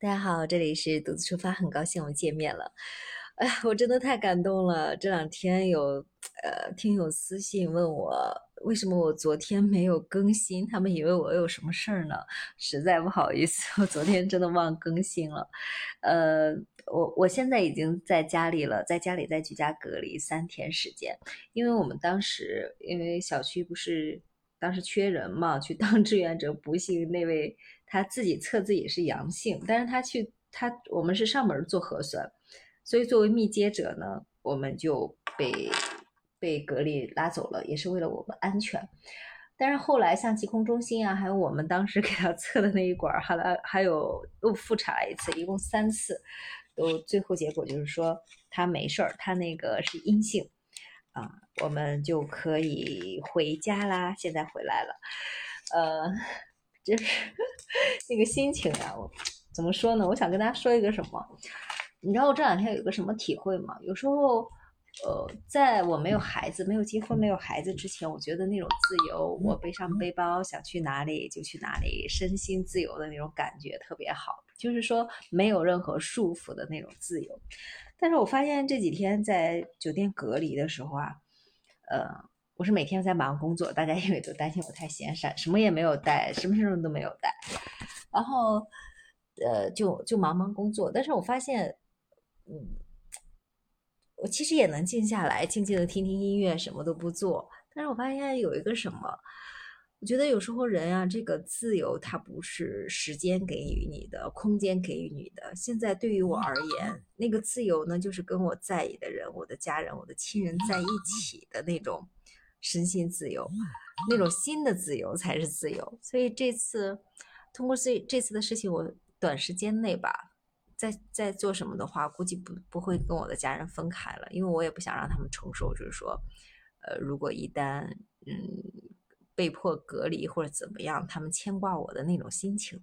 大家好，这里是独自出发，很高兴我们见面了。哎呀，我真的太感动了。这两天有听友私信问我，为什么我昨天没有更新？他们以为我有什么事儿呢？实在不好意思，我昨天真的忘更新了。呃，我现在已经在家里了，在家里在居家隔离3天时间，因为我们当时因为小区不是当时缺人嘛，去当志愿者，不幸那位他自己测自己是阳性，但是我们是上门做核酸，所以作为密接者呢，我们就被隔离拉走了，也是为了我们安全。但是后来像疾控中心啊，还有我们当时给他测的那一管，还有又复查了一次，一共3次，都最后结果就是说他没事儿，他那个是阴性啊，我们就可以回家啦。现在回来了，呃，就是那个心情啊，我怎么说呢？我想跟大家说一个什么？你知道我这两天有一个什么体会吗？有时候，在我没有孩子、没有结婚、没有孩子之前，我觉得那种自由，我背上背包想去哪里就去哪里，身心自由的那种感觉特别好，就是说没有任何束缚的那种自由。但是我发现这几天在酒店隔离的时候啊，我是每天在忙工作，大家因为都担心我太闲散，什么也没有带，什么事都没有带，然后就忙工作。但是我发现，嗯，我其实也能静下来，静静的听听音乐，什么都不做。但是我发现有一个什么，我觉得有时候人啊，这个自由它不是时间给予你的，空间给予你的。现在对于我而言，那个自由呢，就是跟我在意的人、我的家人、我的亲人在一起的那种身心自由，那种新的自由才是自由。所以这次通过这次的事情，我短时间内吧。在做什么的话，估计不会跟我的家人分开了，因为我也不想让他们承受，就是说，如果一旦被迫隔离或者怎么样，他们牵挂我的那种心情，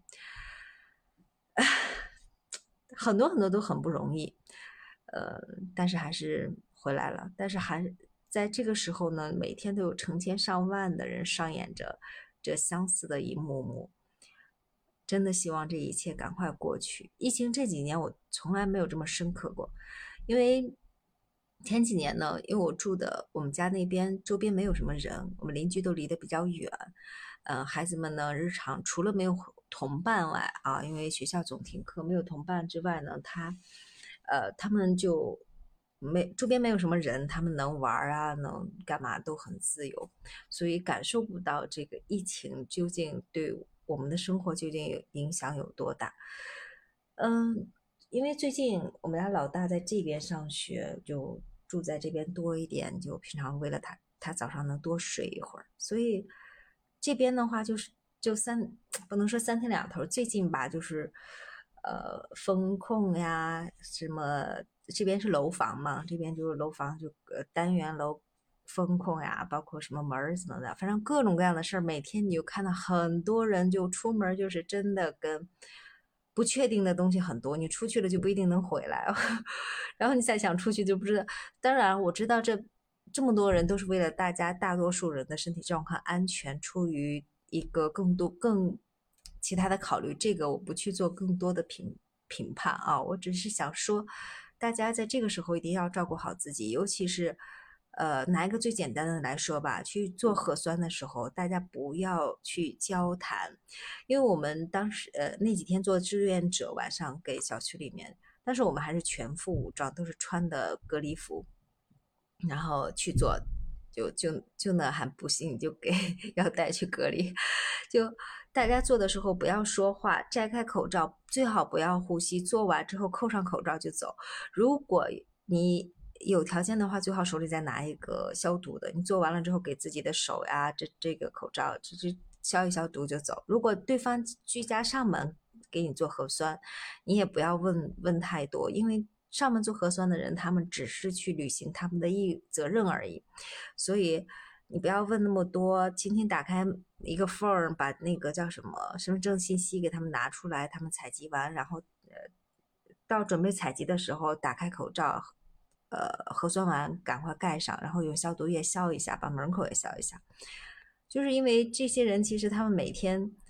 很多很多都很不容易，但是还是回来了，但是还在这个时候呢，每天都有成千上万的人上演着这相似的一幕幕。真的希望这一切赶快过去。疫情这几年我从来没有这么深刻过，因为前几年呢，因为我们家那边周边没有什么人，我们邻居都离得比较远，孩子们呢日常除了没有同伴外啊，因为学校总停课，没有同伴之外呢，他们就周边没有什么人，他们能玩啊，能干嘛都很自由，所以感受不到这个疫情究竟对我们的生活究竟影响有多大。嗯，因为最近我们家老大在这边上学，就住在这边多一点，就平常为了他早上能多睡一会儿，所以这边的话不能说3天2头，最近吧就是风控呀，什么这边是楼房嘛，这边就是楼房就单元楼风控呀，包括什么门儿什么的，反正各种各样的事儿，每天你就看到很多人就出门，就是真的跟不确定的东西很多，你出去了就不一定能回来，然后你再想出去就不知道。当然，我知道这么多人都是为了大多数人的身体状况安全，出于一个更其他的考虑，这个我不去做更多的评判啊，我只是想说，大家在这个时候一定要照顾好自己，尤其是。拿一个最简单的来说吧，去做核酸的时候，大家不要去交谈，因为我们当时那几天做志愿者，晚上给小区里面，但是我们还是全副武装，都是穿的隔离服，然后去做，就那还不行，就给要带去隔离。就大家做的时候不要说话，摘开口罩，最好不要呼吸。做完之后扣上口罩就走。如果你有条件的话，最好手里再拿一个消毒的。你做完了之后，给自己的手呀，这个口罩，这消一消毒就走。如果对方居家上门给你做核酸，你也不要问太多，因为上门做核酸的人，他们只是去履行他们的责任而已，所以你不要问那么多，轻轻打开一个缝儿，把那个叫什么身份证信息给他们拿出来，他们采集完，然后到准备采集的时候，打开口罩，核酸完赶快盖上，然后用消毒液消一下，把门口也消一下。就是因为这些人其实他们每天，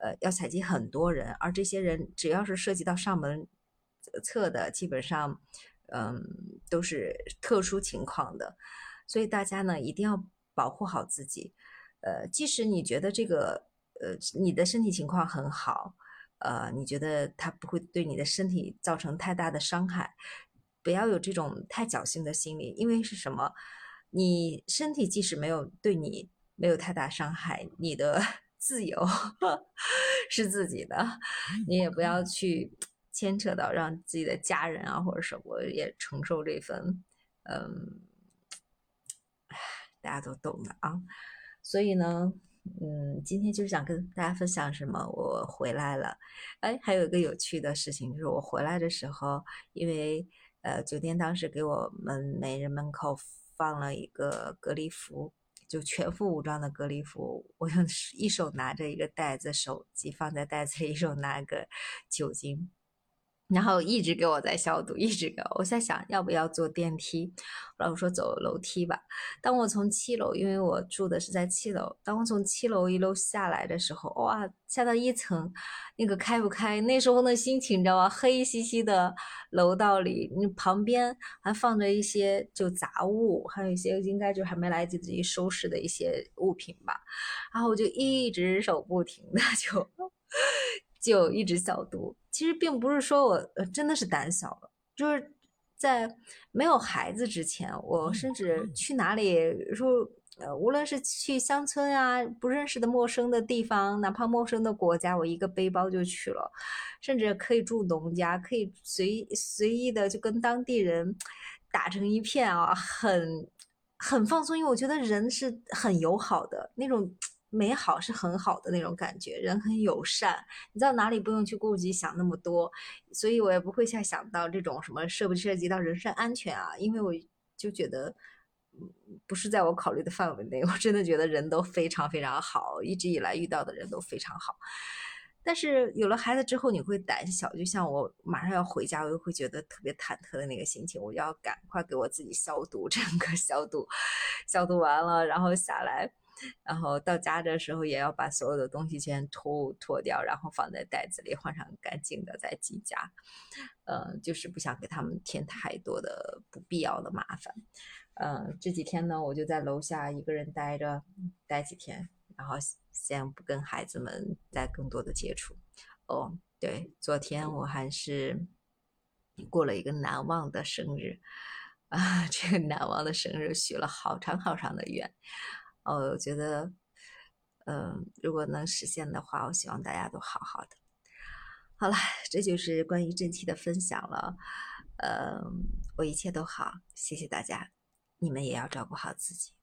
要采集很多人，而这些人只要是涉及到上门测的，基本上都是特殊情况的，所以大家呢一定要保护好自己。即使你觉得这个你的身体情况很好，你觉得它不会对你的身体造成太大的伤害，不要有这种太侥幸的心理，因为是什么？你身体即使没有太大伤害，你的自由是自己的，你也不要去牵扯到让自己的家人啊或者什么也承受这份，嗯，大家都懂的啊。所以呢，今天就是想跟大家分享什么，我回来了。哎，还有一个有趣的事情，就是我回来的时候，因为酒店当时给我们每人门口放了一个隔离服，就全副武装的隔离服，我用一手拿着一个袋子，手机放在袋子里，一手拿个酒精。然后一直给我在消毒，一直给我在想要不要坐电梯，后来我说走楼梯吧。当我从7楼，因为我住的是在7楼，当我从7楼一路下来的时候，哇，下到1层，那个开不开？那时候的心情你知道吗？黑漆漆的楼道里，你旁边还放着一些就杂物，还有一些应该就还没来得及收拾的一些物品吧。然后我就一直手不停的就一直消毒。其实并不是说我真的是胆小了，就是在没有孩子之前，我甚至去哪里说无论是去乡村啊，不认识的陌生的地方，哪怕陌生的国家，我一个背包就去了，甚至可以住农家，可以随意的就跟当地人打成一片啊，很放松，因为我觉得人是很友好的那种。美好是很好的那种感觉，人很友善，你知道哪里不用去顾及想那么多，所以我也不会再想到这种什么涉不涉及到人身安全啊，因为我就觉得，不是在我考虑的范围内，我真的觉得人都非常非常好，一直以来遇到的人都非常好。但是有了孩子之后，你会胆小，就像我马上要回家，我又会觉得特别忐忑的那个心情，我要赶快给我自己消毒，整个消毒，消毒完了，然后下来。然后到家的时候也要把所有的东西全脱掉，然后放在袋子里，换上干净的再寄家。就是不想给他们添太多的不必要的麻烦。这几天呢，我就在楼下一个人待几天，然后先不跟孩子们再更多的接触。哦，对，昨天我还是过了一个难忘的生日啊，这个难忘的生日许了好长好长的愿。我觉得，如果能实现的话，我希望大家都好好的。好了，这就是关于正气的分享了。我一切都好，谢谢大家，你们也要照顾好自己。